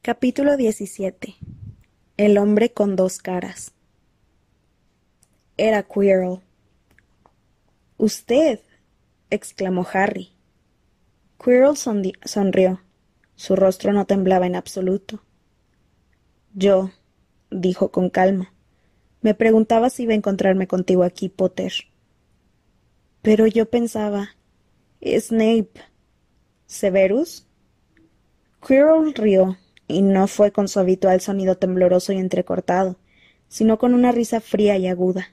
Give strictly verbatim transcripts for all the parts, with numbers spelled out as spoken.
Capítulo diecisiete. El hombre con dos caras. Era Quirrell. —¡Usted! —exclamó Harry. Quirrell sonrió. Su rostro no temblaba en absoluto. —Yo —dijo con calma—, me preguntaba si iba a encontrarme contigo aquí, Potter. Pero yo pensaba... Snape. ¿Severus? Quirrell rió, y no fue con su habitual sonido tembloroso y entrecortado, sino con una risa fría y aguda.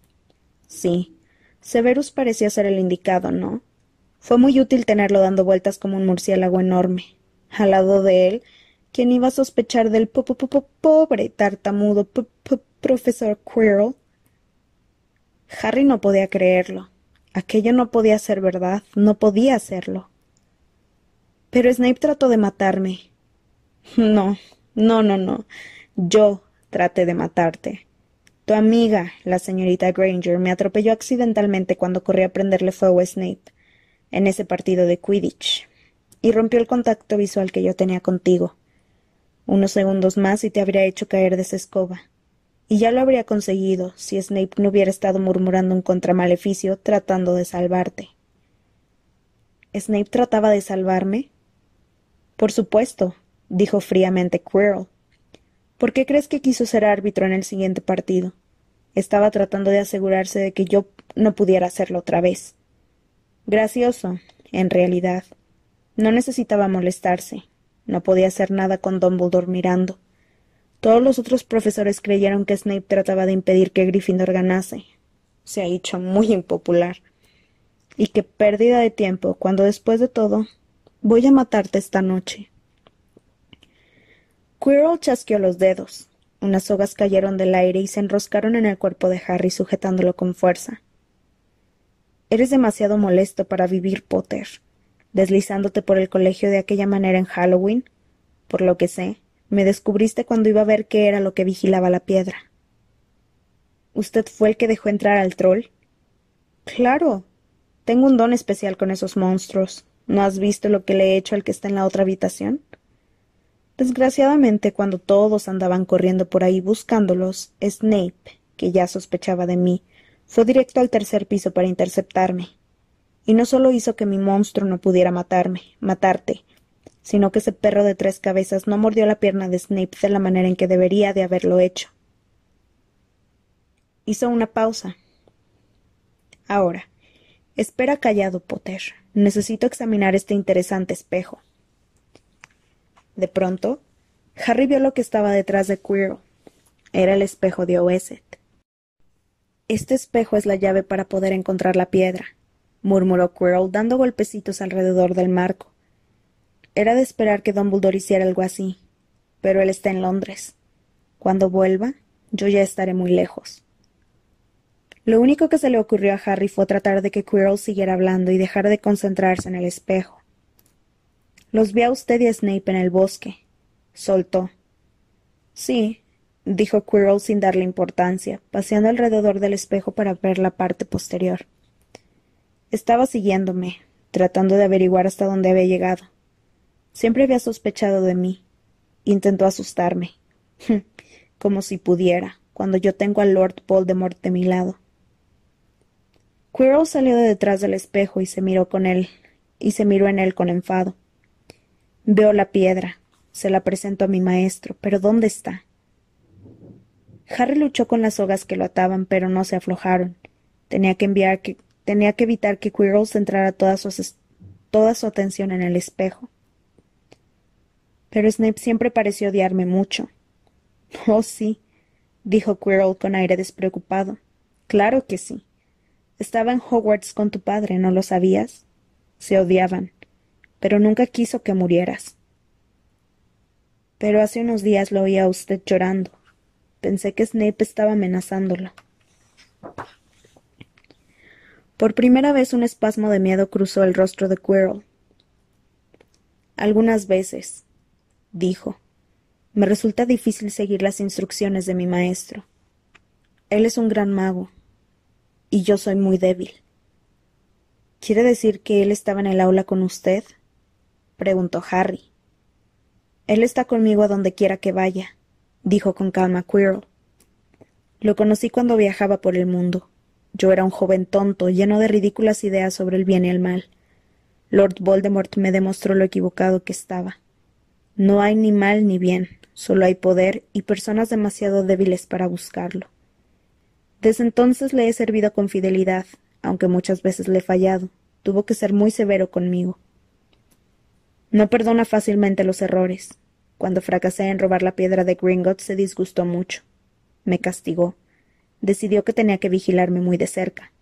Sí, Severus parecía ser el indicado, ¿no? Fue muy útil tenerlo dando vueltas como un murciélago enorme. Al lado de él, ¿quién iba a sospechar del po po po po pobre tartamudo p p profesor Quirrell? Harry no podía creerlo. Aquello no podía ser verdad, no podía serlo. Pero Snape trató de matarme. No, no, no, no. Yo traté de matarte. Tu amiga, la señorita Granger, me atropelló accidentalmente cuando corrí a prenderle fuego a Snape, en ese partido de Quidditch, y rompió el contacto visual que yo tenía contigo. Unos segundos más y te habría hecho caer de esa escoba. Y ya lo habría conseguido si Snape no hubiera estado murmurando un contramaleficio tratando de salvarte. ¿Snape trataba de salvarme? Por supuesto, dijo fríamente Quirrell. ¿Por qué crees que quiso ser árbitro en el siguiente partido? Estaba tratando de asegurarse de que yo no pudiera hacerlo otra vez. Gracioso, en realidad. No necesitaba molestarse. No podía hacer nada con Dumbledore mirando. Todos los otros profesores creyeron que Snape trataba de impedir que Gryffindor ganase. Se ha hecho muy impopular. Y qué pérdida de tiempo, cuando después de todo voy a matarte esta noche. Quirrell chasqueó los dedos. Unas sogas cayeron del aire y se enroscaron en el cuerpo de Harry, sujetándolo con fuerza. Eres demasiado molesto para vivir, Potter. Deslizándote por el colegio de aquella manera en Halloween, por lo que sé, me descubriste cuando iba a ver qué era lo que vigilaba la piedra. ¿Usted fue el que dejó entrar al troll? Claro. Tengo un don especial con esos monstruos. ¿No has visto lo que le he hecho al que está en la otra habitación? Desgraciadamente, cuando todos andaban corriendo por ahí buscándolos, Snape, que ya sospechaba de mí, fue directo al tercer piso para interceptarme. Y no solo hizo que mi monstruo no pudiera matarme, matarte, sino que ese perro de tres cabezas no mordió la pierna de Snape de la manera en que debería de haberlo hecho. Hizo una pausa. Ahora, espera callado, Potter. Necesito examinar este interesante espejo. De pronto, Harry vio lo que estaba detrás de Quirrell. Era el espejo de Oeset. Este espejo es la llave para poder encontrar la piedra, murmuró Quirrell dando golpecitos alrededor del marco. Era de esperar que Dumbledore hiciera algo así, pero él está en Londres. Cuando vuelva, yo ya estaré muy lejos. Lo único que se le ocurrió a Harry fue tratar de que Quirrell siguiera hablando y dejara de concentrarse en el espejo. Los vi a usted y a Snape en el bosque, soltó. Sí, dijo Quirrell sin darle importancia, paseando alrededor del espejo para ver la parte posterior. Estaba siguiéndome, tratando de averiguar hasta dónde había llegado. Siempre había sospechado de mí. Intentó asustarme. Como si pudiera, cuando yo tengo a Lord Voldemort de mi lado. Quirrell salió de detrás del espejo y se miró con él, y se miró en él con enfado. Veo la piedra. Se la presento a mi maestro, pero ¿dónde está? Harry luchó con las sogas que lo ataban, pero no se aflojaron. Tenía que enviar que, tenía que evitar que Quirrell centrara toda su, toda su atención en el espejo. Pero Snape siempre pareció odiarme mucho. Oh, sí, dijo Quirrell con aire despreocupado. Claro que sí. Estaba en Hogwarts con tu padre, ¿no lo sabías? Se odiaban, pero nunca quiso que murieras. Pero hace unos días lo oía a usted llorando. Pensé que Snape estaba amenazándolo. Por primera vez un espasmo de miedo cruzó el rostro de Quirrell. Algunas veces, dijo, me resulta difícil seguir las instrucciones de mi maestro. Él es un gran mago, y yo soy muy débil. ¿Quiere decir que él estaba en el aula con usted? Preguntó Harry. Él está conmigo a donde quiera que vaya —dijo con calma Quirrell—. Lo conocí cuando viajaba por el mundo. Yo era un joven tonto, lleno de ridículas ideas sobre el bien y el mal. Lord Voldemort me demostró lo equivocado que estaba. No hay ni mal ni bien, solo hay poder y personas demasiado débiles para buscarlo. Desde entonces le he servido con fidelidad, aunque muchas veces le he fallado. Tuvo que ser muy severo conmigo. No perdona fácilmente los errores. Cuando fracasé en robar la piedra de Gringotts se disgustó mucho. Me castigó. Decidió que tenía que vigilarme muy de cerca.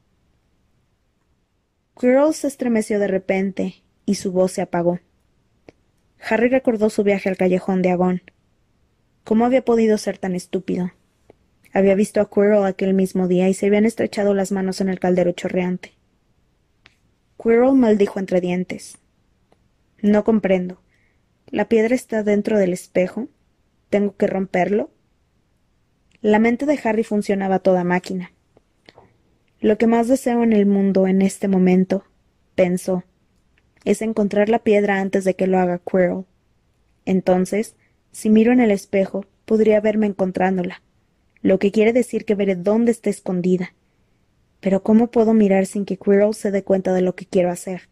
Quirrell se estremeció de repente y su voz se apagó. Harry recordó su viaje al callejón de Agón. ¿Cómo había podido ser tan estúpido? Había visto a Quirrell aquel mismo día y se habían estrechado las manos en el caldero chorreante. Quirrell maldijo entre dientes. No comprendo. ¿La piedra está dentro del espejo? ¿Tengo que romperlo? La mente de Harry funcionaba a toda máquina. Lo que más deseo en el mundo en este momento, pensó, es encontrar la piedra antes de que lo haga Quirrell. Entonces, si miro en el espejo, podría verme encontrándola, lo que quiere decir que veré dónde está escondida. Pero ¿cómo puedo mirar sin que Quirrell se dé cuenta de lo que quiero hacer?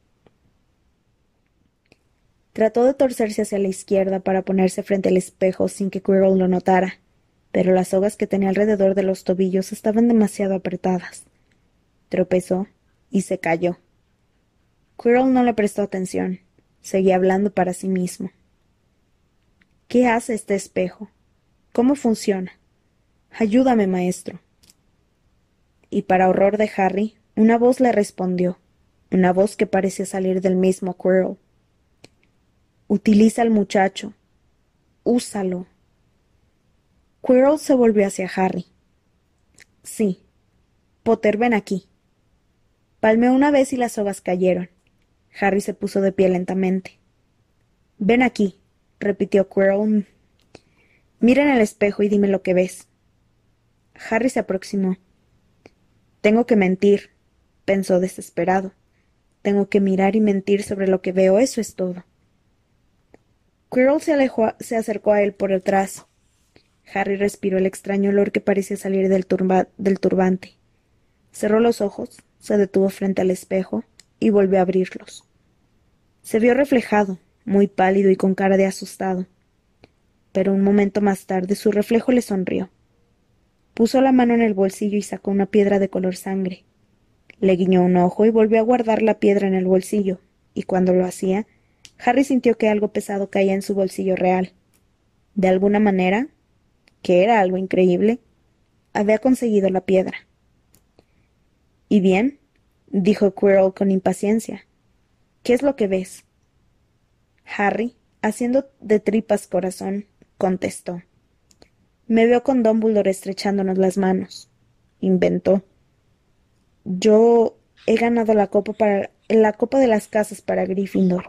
Trató de torcerse hacia la izquierda para ponerse frente al espejo sin que Quirrell lo notara, pero las sogas que tenía alrededor de los tobillos estaban demasiado apretadas. Tropezó y se cayó. Quirrell no le prestó atención. Seguía hablando para sí mismo. ¿Qué hace este espejo? ¿Cómo funciona? Ayúdame, maestro. Y para horror de Harry, una voz le respondió, una voz que parecía salir del mismo Quirrell. Utiliza al muchacho. Úsalo. Quirrell se volvió hacia Harry. Sí. Potter, ven aquí. Palmeó una vez y las sogas cayeron. Harry se puso de pie lentamente. Ven aquí, repitió Quirrell. Mira en el espejo y dime lo que ves. Harry se aproximó. Tengo que mentir, pensó desesperado. Tengo que mirar y mentir sobre lo que veo, eso es todo. Quirrell se alejó, se acercó a él por detrás. Harry respiró el extraño olor que parecía salir del, turba, del turbante. Cerró los ojos, se detuvo frente al espejo y volvió a abrirlos. Se vio reflejado, muy pálido y con cara de asustado. Pero un momento más tarde su reflejo le sonrió. Puso la mano en el bolsillo y sacó una piedra de color sangre. Le guiñó un ojo y volvió a guardar la piedra en el bolsillo, y cuando lo hacía, Harry sintió que algo pesado caía en su bolsillo real. De alguna manera, que era algo increíble, había conseguido la piedra. ¿Y bien? Dijo Quirrell con impaciencia. ¿Qué es lo que ves? Harry, haciendo de tripas corazón, contestó. Me veo con Dumbledore estrechándonos las manos. Inventó. Yo he ganado la copa para la copa de las casas para Gryffindor.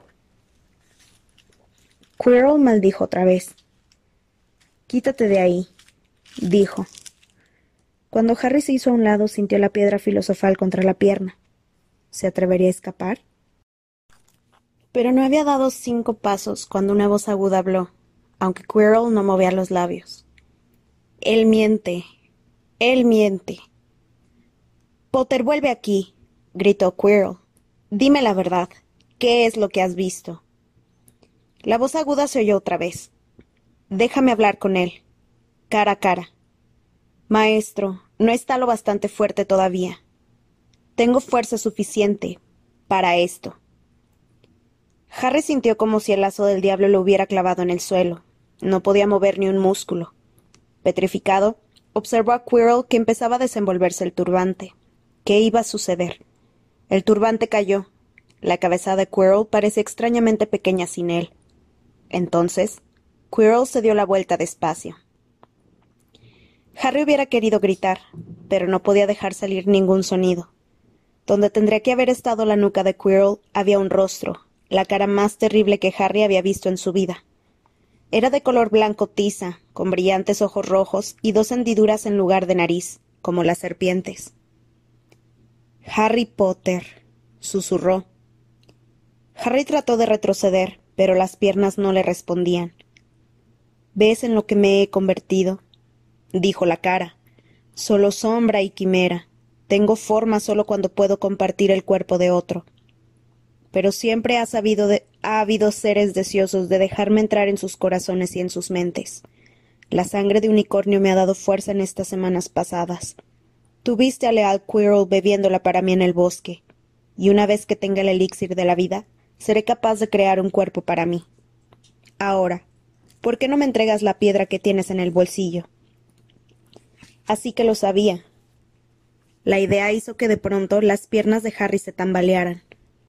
Quirrell maldijo otra vez. Quítate de ahí, dijo. Cuando Harry se hizo a un lado, sintió la piedra filosofal contra la pierna. ¿Se atrevería a escapar? Pero no había dado cinco pasos cuando una voz aguda habló, aunque Quirrell no movía los labios. Él miente. Él miente. Potter, vuelve aquí, gritó Quirrell. Dime la verdad. ¿Qué es lo que has visto? La voz aguda se oyó otra vez. Déjame hablar con él. Cara a cara. Maestro, no está lo bastante fuerte todavía. Tengo fuerza suficiente para esto. Harry sintió como si el lazo del diablo lo hubiera clavado en el suelo. No podía mover ni un músculo. Petrificado, observó a Quirrell que empezaba a desenvolverse el turbante. ¿Qué iba a suceder? El turbante cayó. La cabeza de Quirrell parecía extrañamente pequeña sin él. Entonces, Quirrell se dio la vuelta despacio. Harry hubiera querido gritar, pero no podía dejar salir ningún sonido. Donde tendría que haber estado la nuca de Quirrell había un rostro, la cara más terrible que Harry había visto en su vida. Era de color blanco tiza, con brillantes ojos rojos y dos hendiduras en lugar de nariz, como las serpientes. Harry Potter, susurró. Harry trató de retroceder, pero las piernas no le respondían. ¿Ves en lo que me he convertido? Dijo la cara. Solo sombra y quimera. Tengo forma solo cuando puedo compartir el cuerpo de otro. Pero siempre ha, sabido de, ha habido seres deseosos de dejarme entrar en sus corazones y en sus mentes. La sangre de unicornio me ha dado fuerza en estas semanas pasadas. Tuviste a leal Quirrell bebiéndola para mí en el bosque, y una vez que tenga el elixir de la vida, seré capaz de crear un cuerpo para mí. Ahora, ¿por qué no me entregas la piedra que tienes en el bolsillo? Así que lo sabía. La idea hizo que de pronto las piernas de Harry se tambalearan.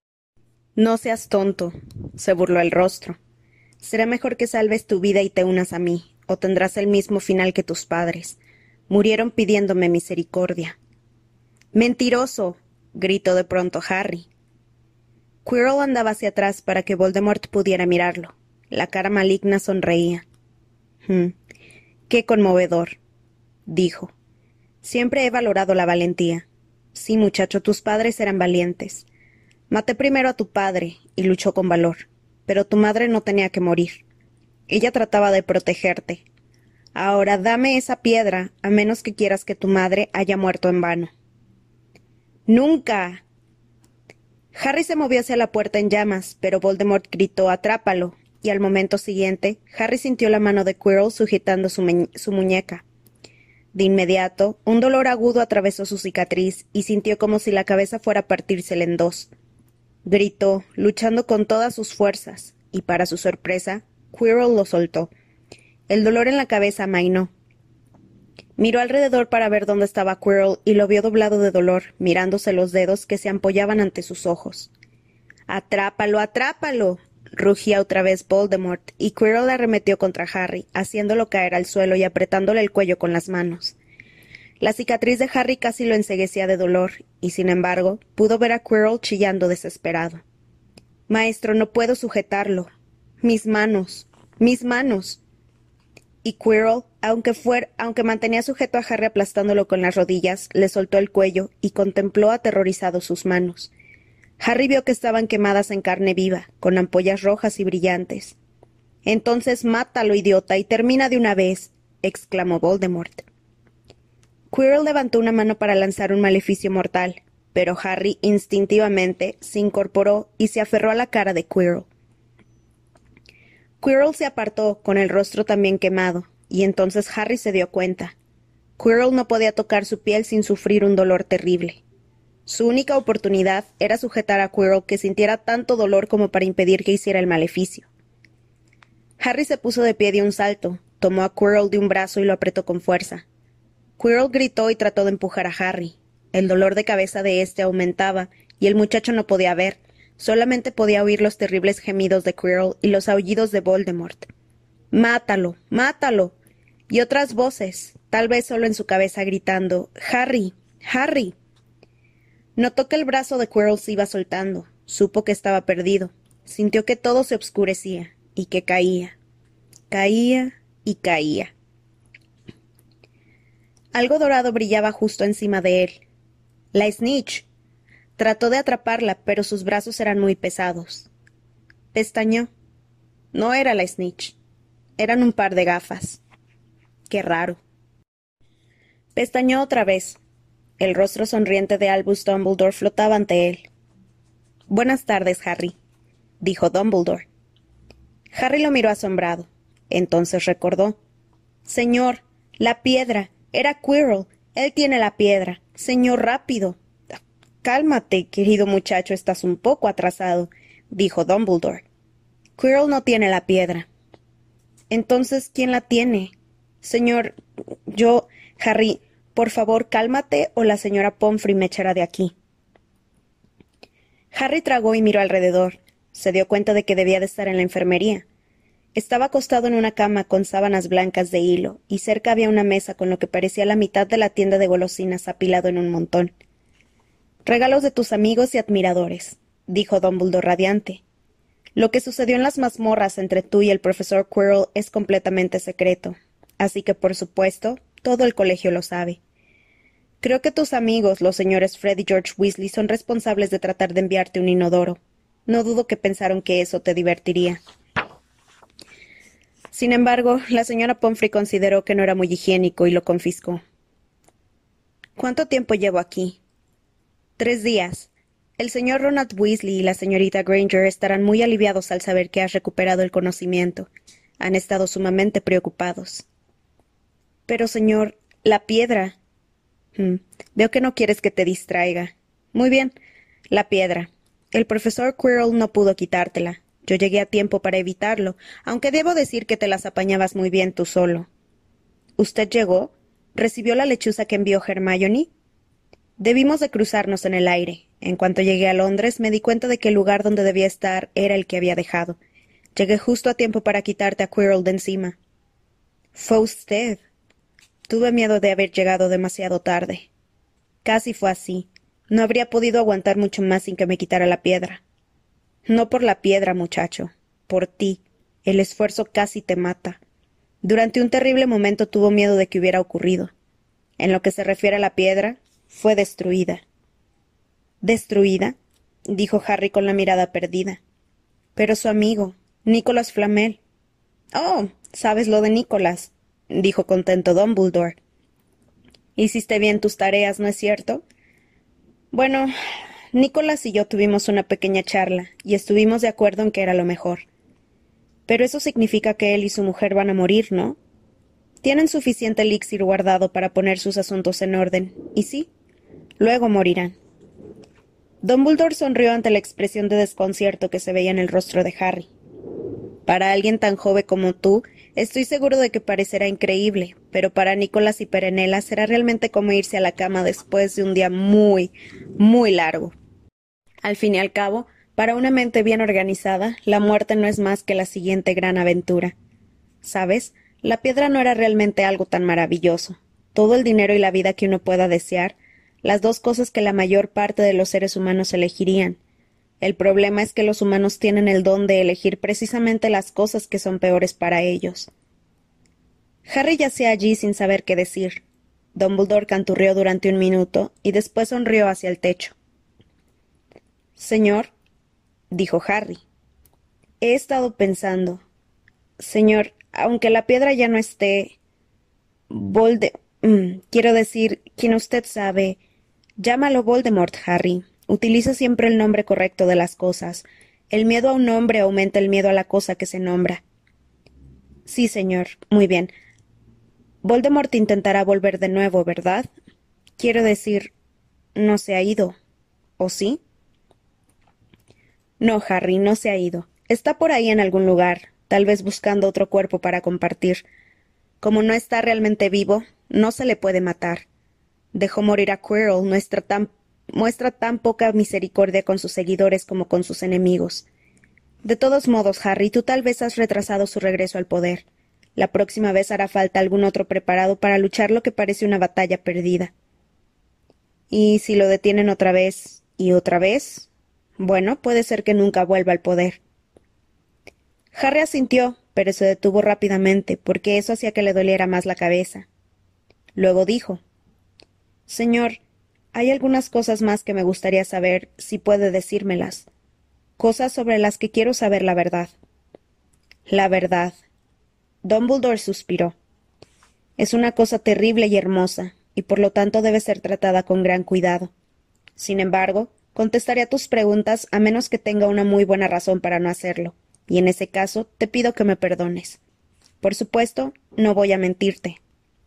No seas tonto, se burló el rostro. Será mejor que salves tu vida y te unas a mí, o tendrás el mismo final que tus padres. Murieron pidiéndome misericordia. ¡Mentiroso! Gritó de pronto Harry. Quirrell andaba hacia atrás para que Voldemort pudiera mirarlo. La cara maligna sonreía. «Hmm, qué conmovedor», dijo. «Siempre he valorado la valentía. Sí, muchacho, tus padres eran valientes. Maté primero a tu padre, y luchó con valor. Pero tu madre no tenía que morir. Ella trataba de protegerte. Ahora dame esa piedra, a menos que quieras que tu madre haya muerto en vano». «¡Nunca!». Harry se movió hacia la puerta en llamas, pero Voldemort gritó «¡Atrápalo!», y al momento siguiente, Harry sintió la mano de Quirrell sujetando su, su muñeca. De inmediato, un dolor agudo atravesó su cicatriz y sintió como si la cabeza fuera a partírsele en dos. Gritó, luchando con todas sus fuerzas, y para su sorpresa, Quirrell lo soltó. El dolor en la cabeza amainó. Miró alrededor para ver dónde estaba Quirrell y lo vio doblado de dolor, mirándose los dedos que se ampollaban ante sus ojos. «¡Atrápalo, atrápalo!», rugía otra vez Voldemort, y Quirrell arremetió contra Harry, haciéndolo caer al suelo y apretándole el cuello con las manos. La cicatriz de Harry casi lo enceguecía de dolor, y sin embargo, pudo ver a Quirrell chillando desesperado. «Maestro, no puedo sujetarlo. Mis manos, mis manos». Y Quirrell, aunque, fuer, aunque mantenía sujeto a Harry aplastándolo con las rodillas, le soltó el cuello y contempló aterrorizado sus manos. Harry vio que estaban quemadas en carne viva, con ampollas rojas y brillantes. «Entonces mátalo, idiota, y termina de una vez», exclamó Voldemort. Quirrell levantó una mano para lanzar un maleficio mortal, pero Harry instintivamente se incorporó y se aferró a la cara de Quirrell. Quirrell se apartó, con el rostro también quemado, y entonces Harry se dio cuenta. Quirrell no podía tocar su piel sin sufrir un dolor terrible. Su única oportunidad era sujetar a Quirrell que sintiera tanto dolor como para impedir que hiciera el maleficio. Harry se puso de pie de un salto, tomó a Quirrell de un brazo y lo apretó con fuerza. Quirrell gritó y trató de empujar a Harry. El dolor de cabeza de éste aumentaba, y el muchacho no podía ver, solamente podía oír los terribles gemidos de Quirrell y los aullidos de Voldemort. «¡Mátalo! ¡Mátalo!» Y otras voces, tal vez solo en su cabeza gritando «¡Harry! ¡Harry!». Notó que el brazo de Quirrell se iba soltando, supo que estaba perdido, sintió que todo se obscurecía, y que caía, caía y caía. Algo dorado brillaba justo encima de él. «¡La Snitch!». Trató de atraparla, pero sus brazos eran muy pesados. Pestañeó. No era la Snitch. Eran un par de gafas. Qué raro. Pestañeó otra vez. El rostro sonriente de Albus Dumbledore flotaba ante él. «Buenas tardes, Harry», dijo Dumbledore. Harry lo miró asombrado. Entonces recordó. «Señor, la piedra. Era Quirrell. Él tiene la piedra. Señor, rápido». «Cálmate, querido muchacho, estás un poco atrasado», dijo Dumbledore. «Quirrell no tiene la piedra». «Entonces, ¿quién la tiene?» «Señor, yo... Harry, por favor, cálmate o la señora Pomfrey me echará de aquí». Harry tragó y miró alrededor. Se dio cuenta de que debía de estar en la enfermería. Estaba acostado en una cama con sábanas blancas de hilo, y cerca había una mesa con lo que parecía la mitad de la tienda de golosinas apilado en un montón. «Regalos de tus amigos y admiradores», dijo Dumbledore radiante. «Lo que sucedió en las mazmorras entre tú y el profesor Quirrell es completamente secreto, así que, por supuesto, todo el colegio lo sabe. Creo que tus amigos, los señores Fred y George Weasley, son responsables de tratar de enviarte un inodoro. No dudo que pensaron que eso te divertiría. Sin embargo, la señora Pomfrey consideró que no era muy higiénico y lo confiscó. ¿Cuánto tiempo llevo aquí? Tres días. El señor Ronald Weasley y la señorita Granger estarán muy aliviados al saber que has recuperado el conocimiento. Han estado sumamente preocupados. Pero, señor, la piedra. Hmm, Veo que no quieres que te distraiga. Muy bien, la piedra. El profesor Quirrell no pudo quitártela. Yo llegué a tiempo para evitarlo, aunque debo decir que te las apañabas muy bien tú solo. ¿Usted llegó? ¿Recibió la lechuza que envió Hermione? Debimos de cruzarnos en el aire. En cuanto llegué a Londres, me di cuenta de que el lugar donde debía estar era el que había dejado. Llegué justo a tiempo para quitarte a Quirrell de encima. Fue usted. Tuve miedo de haber llegado demasiado tarde. Casi fue así. No habría podido aguantar mucho más sin que me quitara la piedra. No por la piedra, muchacho. Por ti. El esfuerzo casi te mata. Durante un terrible momento tuvo miedo de que hubiera ocurrido. En lo que se refiere a la piedra, fue destruida. ¿Destruida? Dijo Harry con la mirada perdida. Pero su amigo, Nicholas Flamel. Oh, sabes lo de Nicholas, dijo contento Dumbledore. Hiciste bien tus tareas, ¿no es cierto? Bueno, Nicholas y yo tuvimos una pequeña charla, y estuvimos de acuerdo en que era lo mejor. Pero eso significa que él y su mujer van a morir, ¿no? Tienen suficiente elixir guardado para poner sus asuntos en orden, y sí, luego morirán. Dumbledore sonrió ante la expresión de desconcierto que se veía en el rostro de Harry. Para alguien tan joven como tú, estoy seguro de que parecerá increíble, pero para Nicholas y Perenella será realmente como irse a la cama después de un día muy, muy largo. Al fin y al cabo, para una mente bien organizada, la muerte no es más que la siguiente gran aventura. ¿Sabes? La piedra no era realmente algo tan maravilloso. Todo el dinero y la vida que uno pueda desear, las dos cosas que la mayor parte de los seres humanos elegirían. El problema es que los humanos tienen el don de elegir precisamente las cosas que son peores para ellos. Harry yacía allí sin saber qué decir. Dumbledore canturreó durante un minuto y después sonrió hacia el techo. Señor, dijo Harry, he estado pensando. Señor, aunque la piedra ya no esté... Volde... Mm, quiero decir, quien usted sabe... Llámalo Voldemort, Harry. Utiliza siempre el nombre correcto de las cosas. El miedo a un nombre aumenta el miedo a la cosa que se nombra. Sí, señor. Muy bien. Voldemort intentará volver de nuevo, ¿verdad? Quiero decir, no se ha ido. ¿O sí? No, Harry, no se ha ido. Está por ahí en algún lugar, tal vez buscando otro cuerpo para compartir. Como no está realmente vivo, no se le puede matar. Dejó morir a Quirrell, nuestra tan muestra tan poca misericordia con sus seguidores como con sus enemigos. De todos modos, Harry, tú tal vez has retrasado su regreso al poder. La próxima vez hará falta algún otro preparado para luchar lo que parece una batalla perdida. ¿Y si lo detienen otra vez y otra vez? Bueno, puede ser que nunca vuelva al poder. Harry asintió, pero se detuvo rápidamente, porque eso hacía que le doliera más la cabeza. Luego dijo, Señor, hay algunas cosas más que me gustaría saber, si puede decírmelas. Cosas sobre las que quiero saber la verdad. La verdad. Dumbledore suspiró. Es una cosa terrible y hermosa, y por lo tanto debe ser tratada con gran cuidado. Sin embargo, contestaré a tus preguntas a menos que tenga una muy buena razón para no hacerlo, y en ese caso te pido que me perdones. Por supuesto, no voy a mentirte.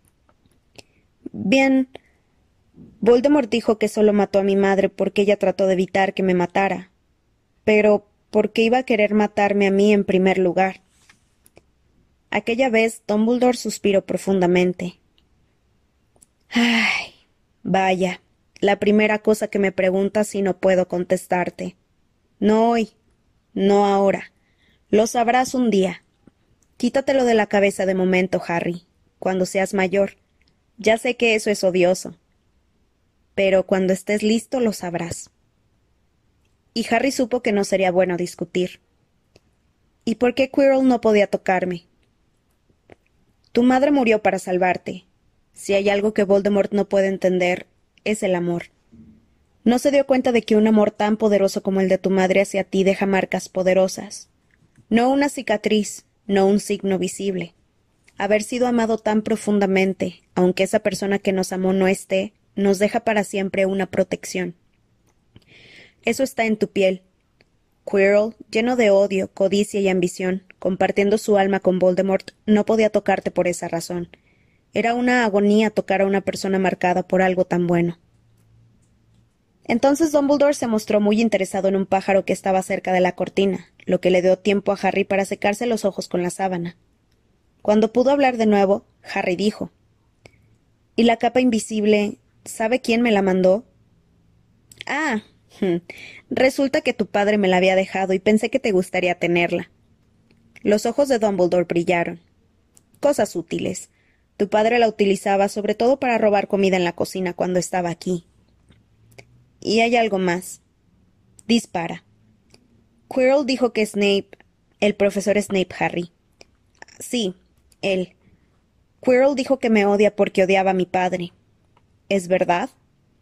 Bien. Voldemort dijo que solo mató a mi madre porque ella trató de evitar que me matara. Pero, ¿por qué iba a querer matarme a mí en primer lugar? Aquella vez Dumbledore suspiró profundamente. Ay, vaya, la primera cosa que me preguntas y no puedo contestarte. No hoy, no ahora. Lo sabrás un día. Quítatelo de la cabeza de momento, Harry, cuando seas mayor. Ya sé que eso es odioso. Pero cuando estés listo lo sabrás. Y Harry supo que no sería bueno discutir. ¿Y por qué Quirrell no podía tocarme? Tu madre murió para salvarte. Si hay algo que Voldemort no puede entender, es el amor. No se dio cuenta de que un amor tan poderoso como el de tu madre hacia ti deja marcas poderosas. No una cicatriz, no un signo visible. Haber sido amado tan profundamente, aunque esa persona que nos amó no esté, nos deja para siempre una protección. Eso está en tu piel. Quirrell, lleno de odio, codicia y ambición, compartiendo su alma con Voldemort, no podía tocarte por esa razón. Era una agonía tocar a una persona marcada por algo tan bueno. Entonces Dumbledore se mostró muy interesado en un pájaro que estaba cerca de la cortina, lo que le dio tiempo a Harry para secarse los ojos con la sábana. Cuando pudo hablar de nuevo, Harry dijo: «¿Y la capa invisible, sabe quién me la mandó?» «Ah, resulta que tu padre me la había dejado y pensé que te gustaría tenerla». Los ojos de Dumbledore brillaron. «Cosas útiles. Tu padre la utilizaba sobre todo para robar comida en la cocina cuando estaba aquí. Y hay algo más. Dispara». Quirrell dijo que Snape... El profesor Snape, Harry. Sí, él. Quirrell dijo que me odia porque odiaba a mi padre. ¿Es verdad?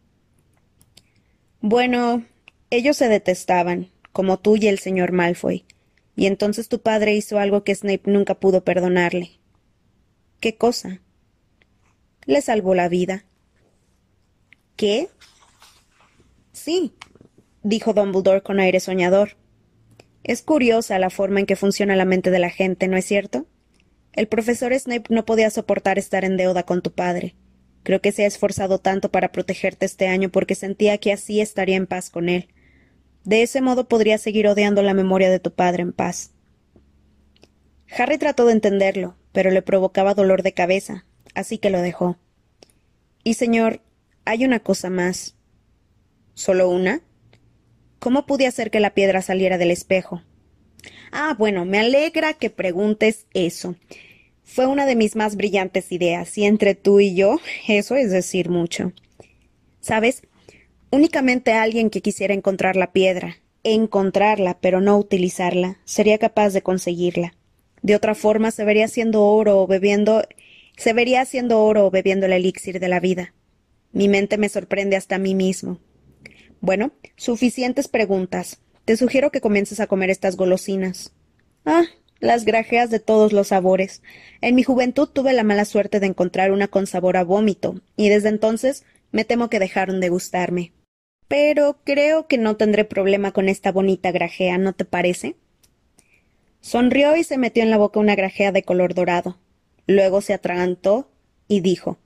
Bueno, ellos se detestaban, como tú y el señor Malfoy, y entonces tu padre hizo algo que Snape nunca pudo perdonarle. ¿Qué cosa? Le salvó la vida. ¿Qué? Sí, dijo Dumbledore con aire soñador. Es curiosa la forma en que funciona la mente de la gente, ¿no es cierto? El profesor Snape no podía soportar estar en deuda con tu padre. Creo que se ha esforzado tanto para protegerte este año porque sentía que así estaría en paz con él. De ese modo podría seguir odiando la memoria de tu padre en paz. Harry trató de entenderlo, pero le provocaba dolor de cabeza, así que lo dejó. Y señor, hay una cosa más. ¿Solo una? ¿Cómo pude hacer que la piedra saliera del espejo? Ah, bueno, me alegra que preguntes eso. Fue una de mis más brillantes ideas, y entre tú y yo, eso es decir mucho. ¿Sabes? Únicamente alguien que quisiera encontrar la piedra, encontrarla, pero no utilizarla, sería capaz de conseguirla. De otra forma, se vería haciendo oro o bebiendo... se vería haciendo oro o bebiendo el elixir de la vida. Mi mente me sorprende hasta a mí mismo. Bueno, suficientes preguntas. Te sugiero que comiences a comer estas golosinas. Ah, las grajeas de todos los sabores. En mi juventud tuve la mala suerte de encontrar una con sabor a vómito, y desde entonces me temo que dejaron de gustarme. Pero creo que no tendré problema con esta bonita grajea, ¿no te parece? Sonrió y se metió en la boca una grajea de color dorado. Luego se atragantó y dijo: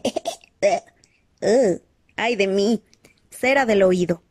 uh, ¡ay de mí! Cera del oído.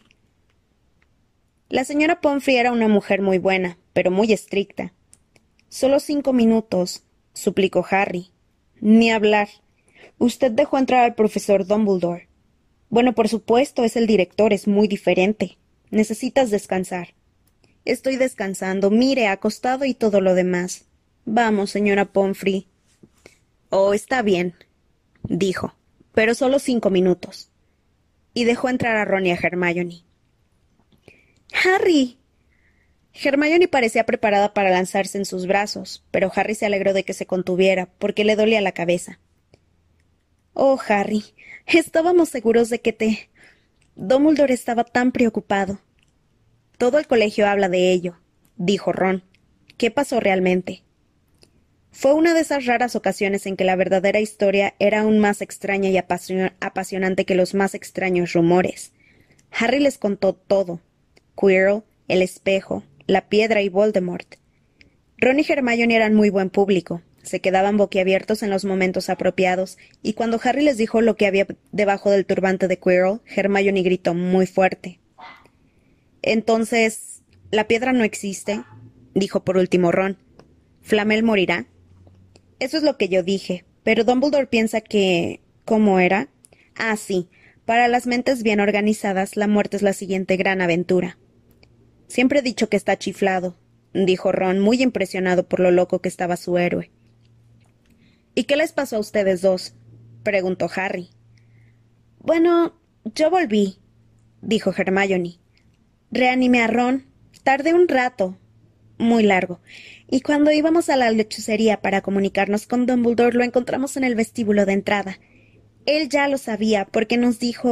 La señora Pomfrey era una mujer muy buena, pero muy estricta. Solo cinco minutos, suplicó Harry. Ni hablar. Usted dejó entrar al profesor Dumbledore. Bueno, por supuesto, es el director, es muy diferente. Necesitas descansar. Estoy descansando, mire, acostado y todo lo demás. Vamos, señora Pomfrey. Oh, está bien, dijo, pero solo cinco minutos. Y dejó entrar a Ron y a Hermione. ¡Harry! Hermione parecía preparada para lanzarse en sus brazos, pero Harry se alegró de que se contuviera, porque le dolía la cabeza. Oh, Harry, estábamos seguros de que te... Dumbledore estaba tan preocupado. Todo el colegio habla de ello, dijo Ron. ¿Qué pasó realmente? Fue una de esas raras ocasiones en que la verdadera historia era aún más extraña y apasion- apasionante que los más extraños rumores. Harry les contó todo. Quirrell, el espejo, la piedra y Voldemort. Ron y Hermione eran muy buen público. Se quedaban boquiabiertos en los momentos apropiados, y cuando Harry les dijo lo que había debajo del turbante de Quirrell, Hermione gritó muy fuerte. Entonces, ¿la piedra no existe?, dijo por último Ron. ¿Flamel morirá? Eso es lo que yo dije, pero Dumbledore piensa que... ¿Cómo era? Ah, sí. Para las mentes bien organizadas, la muerte es la siguiente gran aventura. Siempre he dicho que está chiflado, dijo Ron, muy impresionado por lo loco que estaba su héroe. ¿Y qué les pasó a ustedes dos?, preguntó Harry. Bueno, yo volví, dijo Hermione. Reanimé a Ron. Tardé un rato, muy largo, y cuando íbamos a la lechucería para comunicarnos con Dumbledore lo encontramos en el vestíbulo de entrada. Él ya lo sabía, porque nos dijo: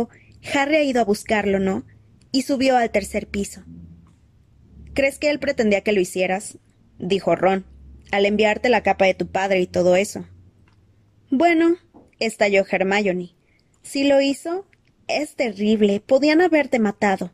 Harry ha ido a buscarlo, ¿no? Y subió al tercer piso. ¿Crees que él pretendía que lo hicieras? Dijo Ron, al enviarte la capa de tu padre y todo eso. Bueno, estalló Hermione. Si lo hizo, es terrible. Podían haberte matado.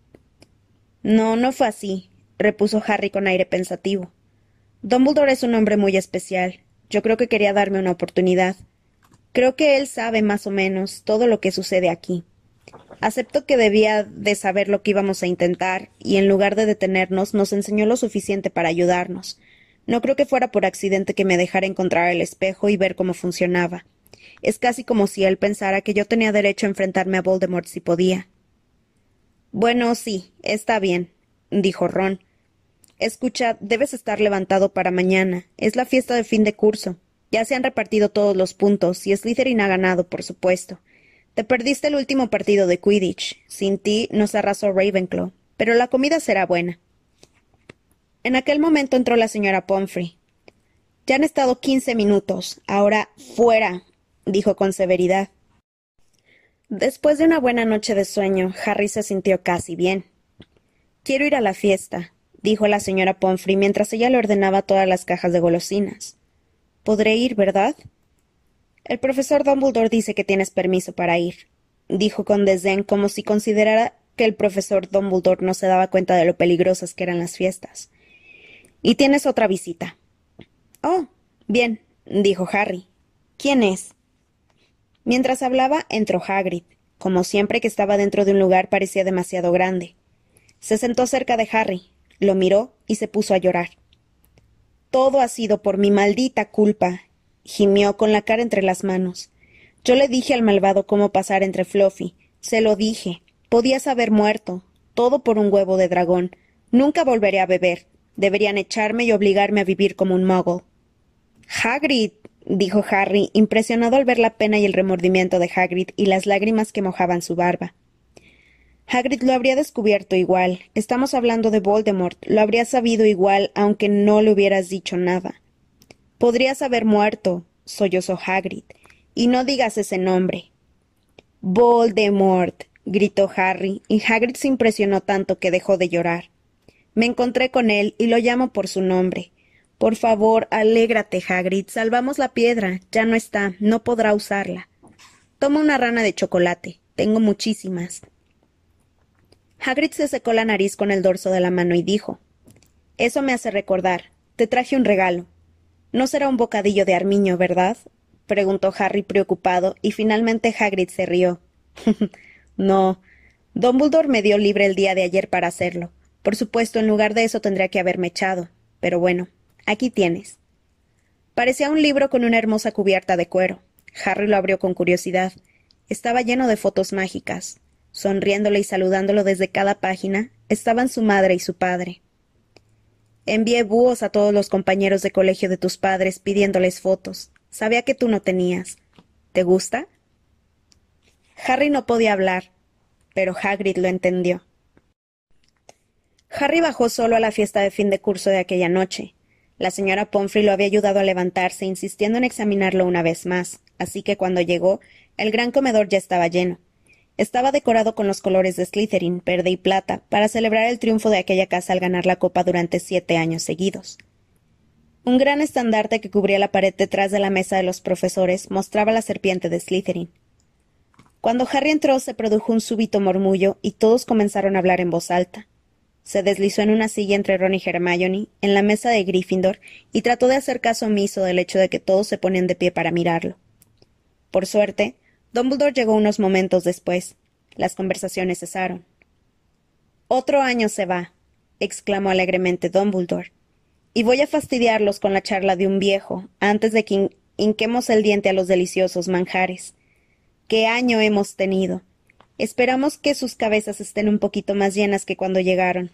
No, no fue así, repuso Harry con aire pensativo. Dumbledore es un hombre muy especial. Yo creo que quería darme una oportunidad. Creo que él sabe más o menos todo lo que sucede aquí. Acepto que debía de saber lo que íbamos a intentar, y en lugar de detenernos, nos enseñó lo suficiente para ayudarnos. No creo que fuera por accidente que me dejara encontrar el espejo y ver cómo funcionaba. Es casi como si él pensara que yo tenía derecho a enfrentarme a Voldemort si podía. Bueno, sí, está bien, dijo Ron. Escucha, debes estar levantado para mañana. Es la fiesta de fin de curso. Ya se han repartido todos los puntos, y Slytherin ha ganado, por supuesto. Te perdiste el último partido de Quidditch. Sin ti nos arrasó Ravenclaw, pero la comida será buena. En aquel momento entró la señora Pomfrey. Ya han estado quince minutos. Ahora fuera, dijo con severidad. Después de una buena noche de sueño, Harry se sintió casi bien. Quiero ir a la fiesta, dijo la señora Pomfrey mientras ella le ordenaba todas las cajas de golosinas. Podré ir, ¿verdad? El profesor Dumbledore dice que tienes permiso para ir, dijo con desdén, como si considerara que el profesor Dumbledore no se daba cuenta de lo peligrosas que eran las fiestas. Y tienes otra visita. Oh, bien, dijo Harry. ¿Quién es? Mientras hablaba, entró Hagrid. Como siempre que estaba dentro de un lugar parecía demasiado grande. Se sentó cerca de Harry, lo miró y se puso a llorar. Todo ha sido por mi maldita culpa, gimió con la cara entre las manos. Yo le dije al malvado cómo pasar entre Fluffy. Se lo dije. Podías haber muerto. Todo por un huevo de dragón. Nunca volveré a beber. Deberían echarme y obligarme a vivir como un muggle. Hagrid, dijo Harry, impresionado al ver la pena y el remordimiento de Hagrid y las lágrimas que mojaban su barba. Hagrid lo habría descubierto igual. Estamos hablando de Voldemort. Lo habría sabido igual, aunque no le hubieras dicho nada. Podrías haber muerto, sollozó Hagrid. Y no digas ese nombre. Voldemort, gritó Harry, y Hagrid se impresionó tanto que dejó de llorar. Me encontré con él y lo llamo por su nombre. Por favor, alégrate, Hagrid. Salvamos la piedra. Ya no está. No podrá usarla. Toma una rana de chocolate. Tengo muchísimas. Hagrid se secó la nariz con el dorso de la mano y dijo: Eso me hace recordar. Te traje un regalo. No será un bocadillo de armiño, ¿verdad? Preguntó Harry preocupado, y finalmente Hagrid se rió. No. Dumbledore me dio libre el día de ayer para hacerlo. Por supuesto, en lugar de eso tendría que haberme echado. Pero bueno, aquí tienes. Parecía un libro con una hermosa cubierta de cuero. Harry lo abrió con curiosidad. Estaba lleno de fotos mágicas. Sonriéndole y saludándolo desde cada página, estaban su madre y su padre. Envié búhos a todos los compañeros de colegio de tus padres pidiéndoles fotos. Sabía que tú no tenías. ¿Te gusta? Harry no podía hablar, pero Hagrid lo entendió. Harry bajó solo a la fiesta de fin de curso de aquella noche. La señora Pomfrey lo había ayudado a levantarse, insistiendo en examinarlo una vez más, así que cuando llegó, el gran comedor ya estaba lleno. Estaba decorado con los colores de Slytherin, verde y plata, para celebrar el triunfo de aquella casa al ganar la copa durante siete años seguidos. Un gran estandarte que cubría la pared detrás de la mesa de los profesores mostraba la serpiente de Slytherin. Cuando Harry entró se produjo un súbito murmullo y todos comenzaron a hablar en voz alta. Se deslizó en una silla entre Ron y Hermione, en la mesa de Gryffindor, y trató de hacer caso omiso del hecho de que todos se ponían de pie para mirarlo. Por suerte, Dumbledore llegó unos momentos después. Las conversaciones cesaron. «Otro año se va», exclamó alegremente Dumbledore. «Y voy a fastidiarlos con la charla de un viejo, antes de que hin- hinquemos el diente a los deliciosos manjares. ¿Qué año hemos tenido? Esperamos que sus cabezas estén un poquito más llenas que cuando llegaron.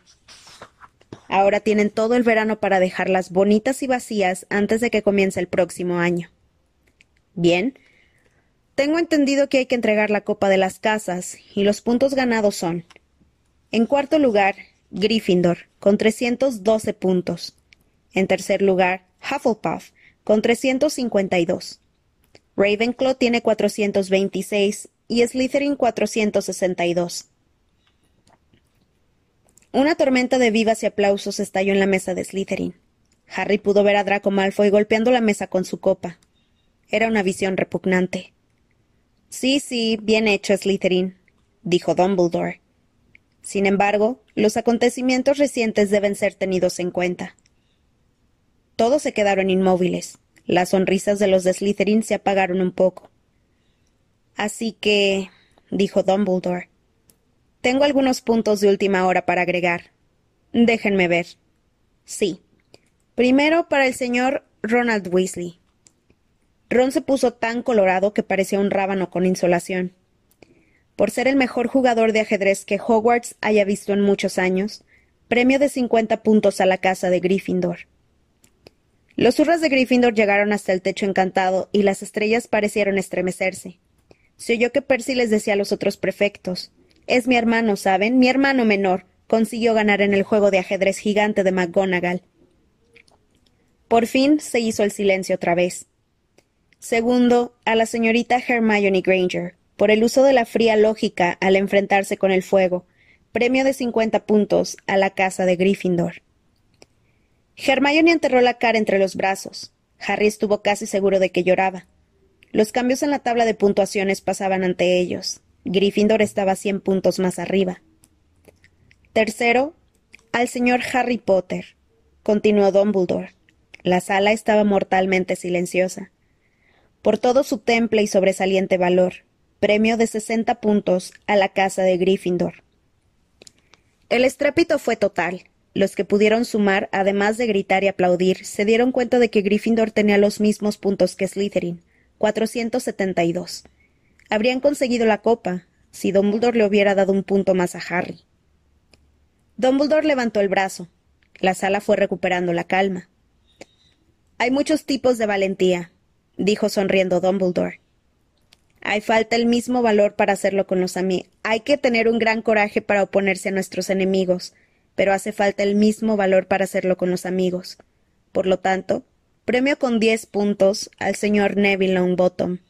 Ahora tienen todo el verano para dejarlas bonitas y vacías antes de que comience el próximo año. Bien. Tengo entendido que hay que entregar la copa de las casas, y los puntos ganados son: en cuarto lugar, Gryffindor, con trescientos doce puntos. En tercer lugar, Hufflepuff, con trescientos cincuenta y dos. Ravenclaw tiene cuatrocientos veintiséis, y Slytherin cuatrocientos sesenta y dos. Una tormenta de vivas y aplausos estalló en la mesa de Slytherin. Harry pudo ver a Draco Malfoy golpeando la mesa con su copa. Era una visión repugnante. Sí, sí, bien hecho, Slytherin, dijo Dumbledore. Sin embargo, los acontecimientos recientes deben ser tenidos en cuenta. Todos se quedaron inmóviles. Las sonrisas de los de Slytherin se apagaron un poco. Así que, dijo Dumbledore, tengo algunos puntos de última hora para agregar. Déjenme ver. Sí. Primero para el señor Ronald Weasley. Ron se puso tan colorado que parecía un rábano con insolación. Por ser el mejor jugador de ajedrez que Hogwarts haya visto en muchos años, premio de cincuenta puntos a la casa de Gryffindor. Los hurras de Gryffindor llegaron hasta el techo encantado y las estrellas parecieron estremecerse. Se oyó que Percy les decía a los otros prefectos: «Es mi hermano, ¿saben? Mi hermano menor. Consiguió ganar en el juego de ajedrez gigante de McGonagall». Por fin se hizo el silencio otra vez. Segundo, a la señorita Hermione Granger, por el uso de la fría lógica al enfrentarse con el fuego, premio de cincuenta puntos a la casa de Gryffindor. Hermione enterró la cara entre los brazos. Harry estuvo casi seguro de que lloraba. Los cambios en la tabla de puntuaciones pasaban ante ellos. Gryffindor estaba cien puntos más arriba. Tercero, al señor Harry Potter, continuó Dumbledore. La sala estaba mortalmente silenciosa. Por todo su temple y sobresaliente valor, premio de sesenta puntos a la casa de Gryffindor. El estrépito fue total. Los que pudieron sumar, además de gritar y aplaudir, se dieron cuenta de que Gryffindor tenía los mismos puntos que Slytherin, cuatrocientos setenta y dos. Habrían conseguido la copa, si Dumbledore le hubiera dado un punto más a Harry. Dumbledore levantó el brazo. La sala fue recuperando la calma. «Hay muchos tipos de valentía», dijo sonriendo Dumbledore. «Hay falta el mismo valor para hacerlo con los amigos. Hay que tener un gran coraje para oponerse a nuestros enemigos, pero hace falta el mismo valor para hacerlo con los amigos. Por lo tanto, premio con diez puntos al señor Neville Longbottom».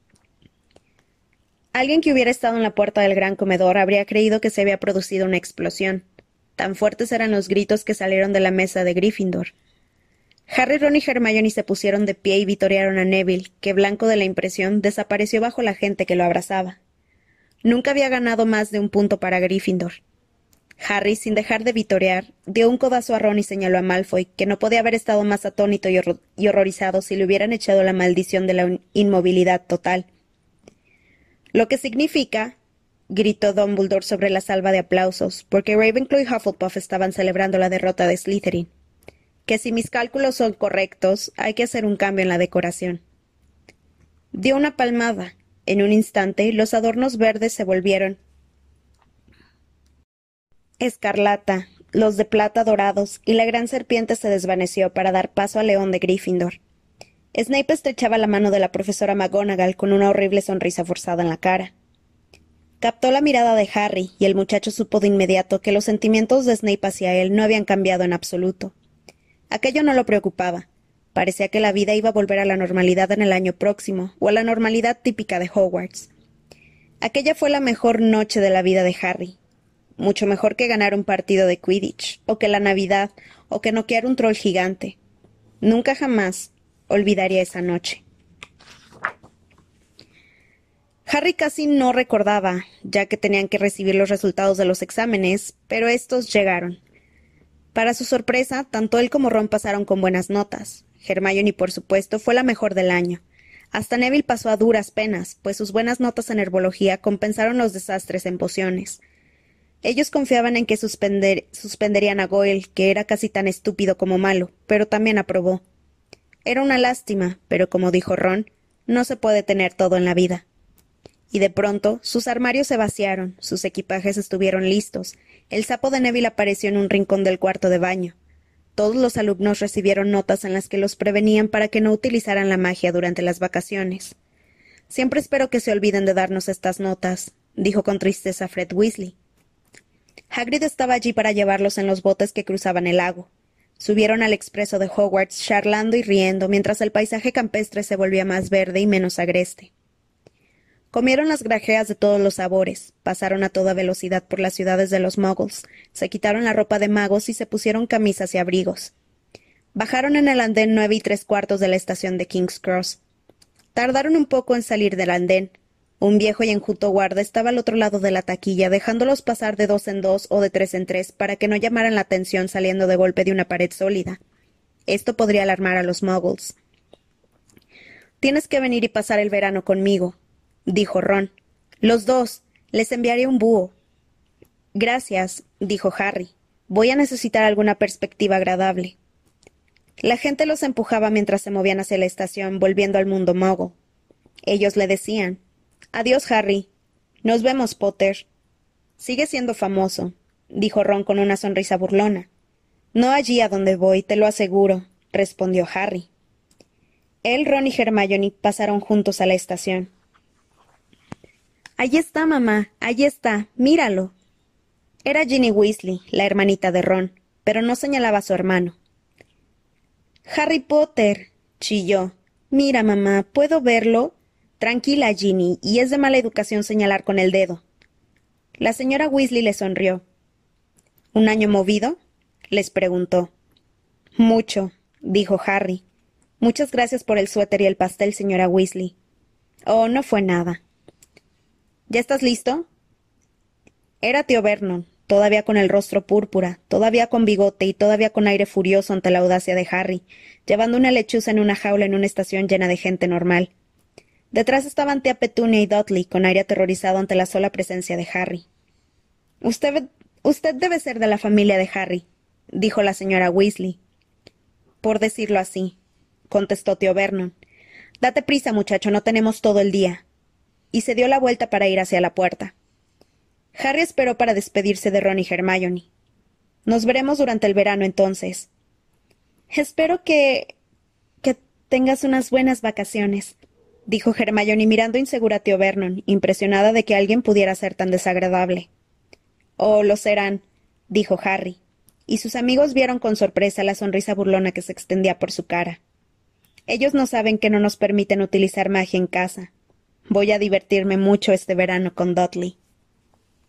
Alguien que hubiera estado en la puerta del gran comedor habría creído que se había producido una explosión. Tan fuertes eran los gritos que salieron de la mesa de Gryffindor. Harry, Ron y Hermione se pusieron de pie y vitorearon a Neville, que, blanco de la impresión, desapareció bajo la gente que lo abrazaba. Nunca había ganado más de un punto para Gryffindor. Harry, sin dejar de vitorear, dio un codazo a Ron y señaló a Malfoy, que no podía haber estado más atónito y, horror- y horrorizado si le hubieran echado la maldición de la inmovilidad total. «Lo que significa», gritó Dumbledore sobre la salva de aplausos, porque Ravenclaw y Hufflepuff estaban celebrando la derrota de Slytherin, «que si mis cálculos son correctos, hay que hacer un cambio en la decoración». Dio una palmada. En un instante, los adornos verdes se volvieron escarlata, los de plata dorados, y la gran serpiente se desvaneció para dar paso al león de Gryffindor. Snape estrechaba la mano de la profesora McGonagall con una horrible sonrisa forzada en la cara. Captó la mirada de Harry, y el muchacho supo de inmediato que los sentimientos de Snape hacia él no habían cambiado en absoluto. Aquello no lo preocupaba. Parecía que la vida iba a volver a la normalidad en el año próximo, o a la normalidad típica de Hogwarts. Aquella fue la mejor noche de la vida de Harry. Mucho mejor que ganar un partido de Quidditch, o que la Navidad, o que noquear un troll gigante. Nunca jamás olvidaría esa noche. Harry casi no recordaba, ya que tenían que recibir los resultados de los exámenes, pero estos llegaron. Para su sorpresa, tanto él como Ron pasaron con buenas notas. Hermione, por supuesto, fue la mejor del año. Hasta Neville pasó a duras penas, pues sus buenas notas en herbología compensaron los desastres en pociones. Ellos confiaban en que suspender, suspenderían a Goyle, que era casi tan estúpido como malo, pero también aprobó. Era una lástima, pero como dijo Ron, no se puede tener todo en la vida. Y de pronto, sus armarios se vaciaron, sus equipajes estuvieron listos, el sapo de Neville apareció en un rincón del cuarto de baño. Todos los alumnos recibieron notas en las que los prevenían para que no utilizaran la magia durante las vacaciones. «Siempre espero que se olviden de darnos estas notas», dijo con tristeza Fred Weasley. Hagrid estaba allí para llevarlos en los botes que cruzaban el lago. Subieron al expreso de Hogwarts charlando y riendo mientras el paisaje campestre se volvía más verde y menos agreste. Comieron las grajeas de todos los sabores, pasaron a toda velocidad por las ciudades de los muggles, se quitaron la ropa de magos y se pusieron camisas y abrigos. Bajaron en el andén nueve y tres cuartos de la estación de King's Cross. Tardaron un poco en salir del andén. Un viejo y enjuto guarda estaba al otro lado de la taquilla, dejándolos pasar de dos en dos o de tres en tres para que no llamaran la atención saliendo de golpe de una pared sólida. Esto podría alarmar a los muggles. «Tienes que venir y pasar el verano conmigo», dijo Ron. «Los dos. Les enviaré un búho». «Gracias», dijo Harry. «Voy a necesitar alguna perspectiva agradable». La gente los empujaba mientras se movían hacia la estación, volviendo al mundo muggle. Ellos le decían: «Adiós, Harry. Nos vemos, Potter». «Sigue siendo famoso», dijo Ron con una sonrisa burlona. «No allí a donde voy, te lo aseguro», respondió Harry. Él, Ron y Hermione pasaron juntos a la estación. «Allí está, mamá, allí está, míralo». Era Ginny Weasley, la hermanita de Ron, pero no señalaba a su hermano. «Harry Potter», chilló. «Mira, mamá, ¿puedo verlo?» «Tranquila, Ginny, y es de mala educación señalar con el dedo». La señora Weasley le sonrió. «¿Un año movido?», les preguntó. «Mucho», dijo Harry. «Muchas gracias por el suéter y el pastel, señora Weasley». «Oh, no fue nada». «¿Ya estás listo?» Era tío Vernon, todavía con el rostro púrpura, todavía con bigote y todavía con aire furioso ante la audacia de Harry, llevando una lechuza en una jaula en una estación llena de gente normal. Detrás estaban tía Petunia y Dudley, con aire aterrorizado ante la sola presencia de Harry. «Usted, usted debe ser de la familia de Harry», dijo la señora Weasley. «Por decirlo así», contestó tío Vernon. «Date prisa, muchacho, no tenemos todo el día». Y se dio la vuelta para ir hacia la puerta. Harry esperó para despedirse de Ron y Hermione. «Nos veremos durante el verano, entonces». «Espero que... que tengas unas buenas vacaciones», dijo Hermione mirando insegura a tío Vernon, impresionada de que alguien pudiera ser tan desagradable. «Oh, lo serán», dijo Harry, y sus amigos vieron con sorpresa la sonrisa burlona que se extendía por su cara. «Ellos no saben que no nos permiten utilizar magia en casa. Voy a divertirme mucho este verano con Dudley».